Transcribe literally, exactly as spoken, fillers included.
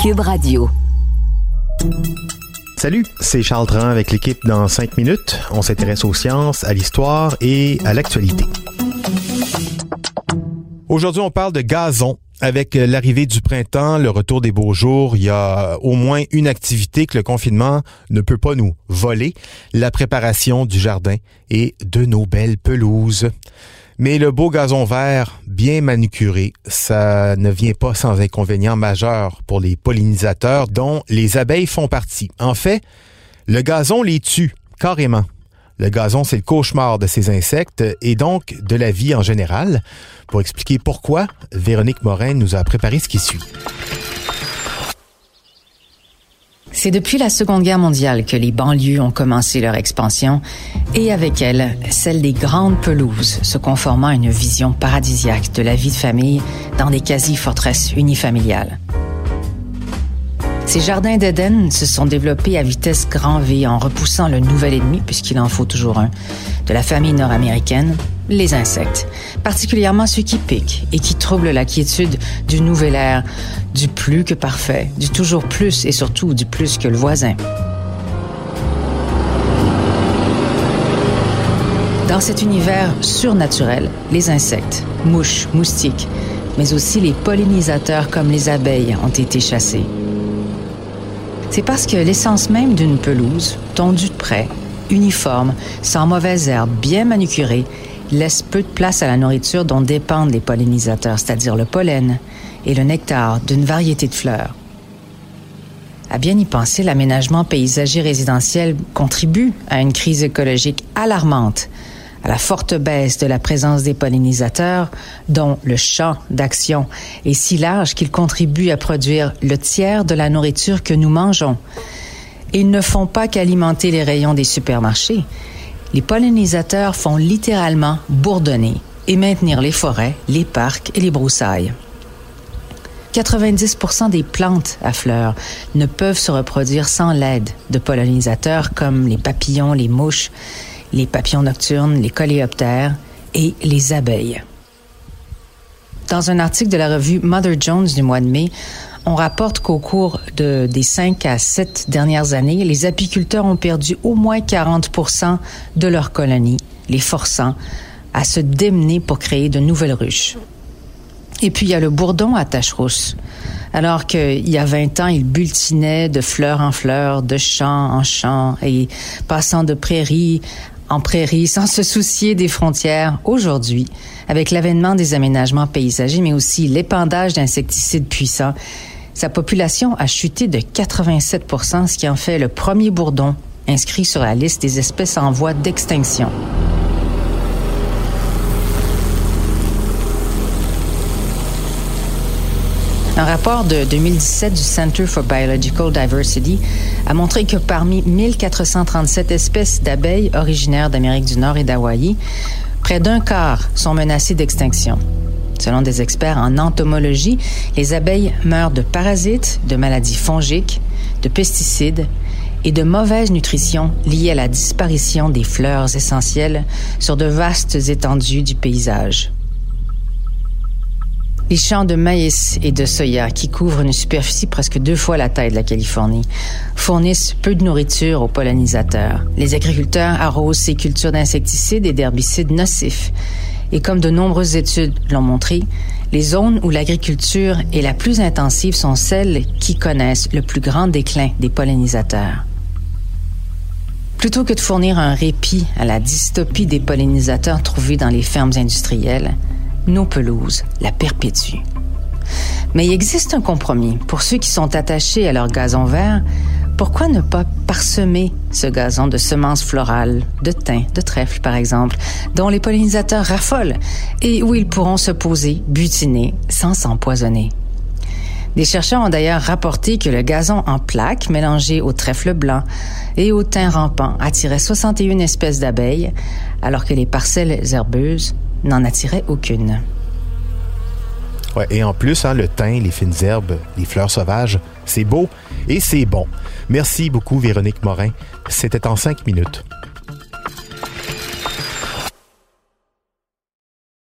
Cube Radio. Salut, c'est Charles Dran avec l'équipe dans cinq minutes. On s'intéresse aux sciences, à l'histoire et à l'actualité. Aujourd'hui, on parle de gazon. Avec l'arrivée du printemps, le retour des beaux jours, il y a au moins une activité que le confinement ne peut pas nous voler, la préparation du jardin et de nos belles pelouses. Mais le beau gazon vert, bien manucuré, ça ne vient pas sans inconvénients majeurs pour les pollinisateurs dont les abeilles font partie. En fait, le gazon les tue, carrément. Le gazon, c'est le cauchemar de ces insectes et donc de la vie en général. Pour expliquer pourquoi, Véronique Morin nous a préparé ce qui suit. C'est depuis la Seconde Guerre mondiale que les banlieues ont commencé leur expansion et avec elles, celle des grandes pelouses, se conformant à une vision paradisiaque de la vie de famille dans des quasi-forteresses unifamiliales. Ces jardins d'Éden se sont développés à vitesse grand V en repoussant le nouvel ennemi, puisqu'il en faut toujours un, de la famille nord-américaine, les insectes, particulièrement ceux qui piquent et qui troublent la quiétude du nouvel air, du plus que parfait, du toujours plus et surtout du plus que le voisin. Dans cet univers surnaturel, les insectes, mouches, moustiques, mais aussi les pollinisateurs comme les abeilles ont été chassés. C'est parce que l'essence même d'une pelouse, tondue de près, uniforme, sans mauvaises herbes, bien manucurée, laisse peu de place à la nourriture dont dépendent les pollinisateurs, c'est-à-dire le pollen et le nectar d'une variété de fleurs. À bien y penser, l'aménagement paysager résidentiel contribue à une crise écologique alarmante, à la forte baisse de la présence des pollinisateurs, dont le champ d'action est si large qu'il contribue à produire le tiers de la nourriture que nous mangeons. Et ils ne font pas qu'alimenter les rayons des supermarchés. Les pollinisateurs font littéralement bourdonner et maintenir les forêts, les parcs et les broussailles. quatre-vingt-dix pour cent des plantes à fleurs ne peuvent se reproduire sans l'aide de pollinisateurs comme les papillons, les mouches, les papillons nocturnes, les coléoptères et les abeilles. Dans un article de la revue Mother Jones du mois de mai, on rapporte qu'au cours de, des cinq à sept dernières années, les apiculteurs ont perdu au moins quarante pour cent de leurs colonies, les forçant à se démener pour créer de nouvelles ruches. Et puis, il y a le bourdon à tache rousse. Alors qu'il y a vingt ans, il butinait de fleur en fleur, de champ en champ, et passant de prairie en prairie sans se soucier des frontières. Aujourd'hui, avec l'avènement des aménagements paysagers, mais aussi l'épandage d'insecticides puissants, sa population a chuté de quatre-vingt-sept pour cent, ce qui en fait le premier bourdon inscrit sur la liste des espèces en voie d'extinction. Un rapport de deux mille dix-sept du Center for Biological Diversity a montré que parmi mille quatre cent trente-sept espèces d'abeilles originaires d'Amérique du Nord et d'Hawaï, près d'un quart sont menacées d'extinction. Selon des experts en entomologie, les abeilles meurent de parasites, de maladies fongiques, de pesticides et de mauvaise nutrition liée à la disparition des fleurs essentielles sur de vastes étendues du paysage. Les champs de maïs et de soya, qui couvrent une superficie presque deux fois la taille de la Californie, fournissent peu de nourriture aux pollinisateurs. Les agriculteurs arrosent ces cultures d'insecticides et d'herbicides nocifs. Et comme de nombreuses études l'ont montré, les zones où l'agriculture est la plus intensive sont celles qui connaissent le plus grand déclin des pollinisateurs. Plutôt que de fournir un répit à la dystopie des pollinisateurs trouvés dans les fermes industrielles, nos pelouses la perpétuent. Mais il existe un compromis. Pour ceux qui sont attachés à leur gazon vert, pourquoi ne pas parsemer ce gazon de semences florales, de thym, de trèfle par exemple, dont les pollinisateurs raffolent et où ils pourront se poser, butiner, sans s'empoisonner? Des chercheurs ont d'ailleurs rapporté que le gazon en plaques mélangé au trèfle blanc et au thym rampant attirait soixante et une espèces d'abeilles, alors que les parcelles herbeuses n'en attiraient aucune. Ouais, et en plus, hein, le thym, les fines herbes, les fleurs sauvages, c'est beau et c'est bon. Merci beaucoup, Véronique Morin. C'était en cinq minutes.